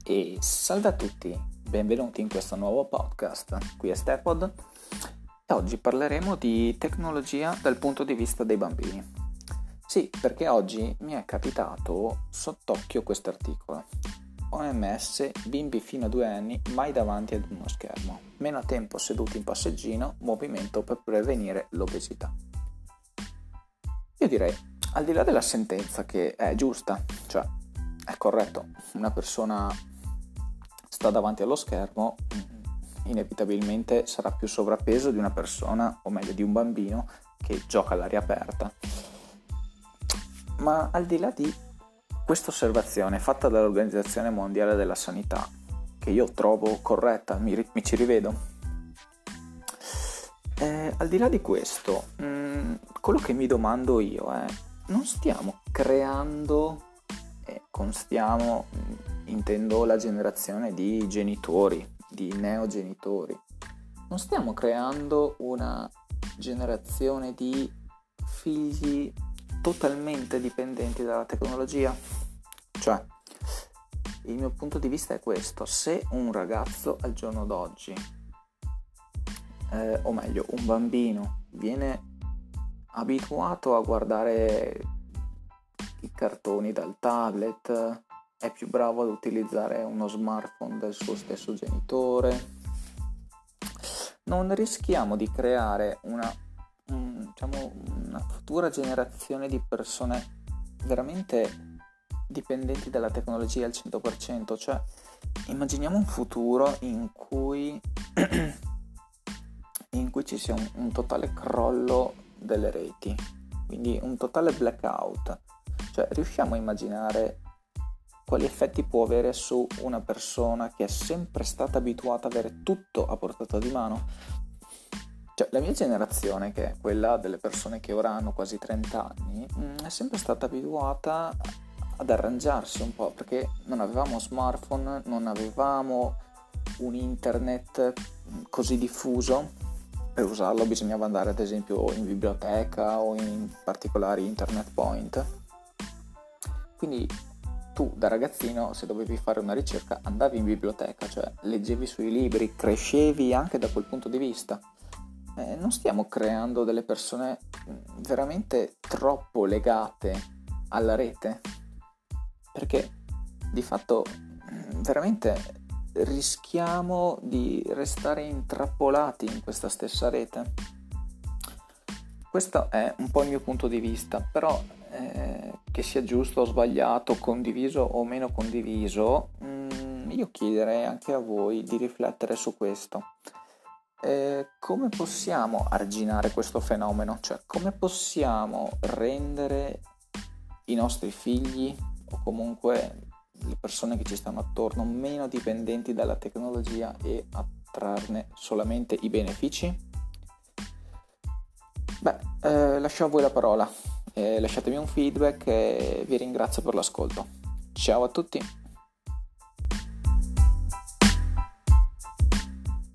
E salve a tutti, benvenuti in questo nuovo podcast. Qui è Stepod e oggi parleremo di tecnologia dal punto di vista dei bambini. Sì, perché oggi mi è capitato sott'occhio questo articolo. OMS, bimbi fino a 2 anni mai davanti ad uno schermo. Meno tempo seduti in passeggino, movimento per prevenire l'obesità. Io direi, al di là della sentenza che è giusta, cioè è corretto, una persona sta davanti allo schermo, inevitabilmente sarà più sovrappeso di una persona, o meglio di un bambino, che gioca all'aria aperta. Ma al di là di questa osservazione fatta dall'Organizzazione Mondiale della Sanità, che io trovo corretta, mi ci rivedo, al di là di questo, quello che mi domando io è, non stiamo creando, con stiamo intendo la generazione di genitori, di neogenitori, non stiamo creando una generazione di figli totalmente dipendenti dalla tecnologia? Cioè, il mio punto di vista è questo: se un ragazzo al giorno d'oggi, o meglio un bambino, viene abituato a guardare i cartoni dal tablet, è più bravo ad utilizzare uno smartphone del suo stesso genitore, non rischiamo di creare una futura generazione di persone veramente dipendenti dalla tecnologia al 100%. Cioè, immaginiamo un futuro in cui ci sia un totale crollo delle reti, quindi un totale blackout. Cioè, riusciamo a immaginare quali effetti può avere su una persona che è sempre stata abituata ad avere tutto a portata di mano? Cioè, la mia generazione, che è quella delle persone che ora hanno quasi 30 anni, è sempre stata abituata ad arrangiarsi un po', perché non avevamo smartphone, non avevamo un internet così diffuso. Per usarlo bisognava andare ad esempio in biblioteca o in particolari internet point. Quindi tu da ragazzino, se dovevi fare una ricerca, andavi in biblioteca, cioè leggevi sui libri, crescevi anche da quel punto di vista. Non stiamo creando delle persone veramente troppo legate alla rete, perché di fatto veramente rischiamo di restare intrappolati in questa stessa rete. Questo è un po' il mio punto di vista, però che sia giusto o sbagliato, condiviso o meno condiviso, io chiederei anche a voi di riflettere su questo. Come possiamo arginare questo fenomeno? Cioè, come possiamo rendere i nostri figli o comunque le persone che ci stanno attorno meno dipendenti dalla tecnologia e a trarne solamente i benefici? Lascio a voi la parola, lasciatemi un feedback e vi ringrazio per l'ascolto. Ciao a tutti!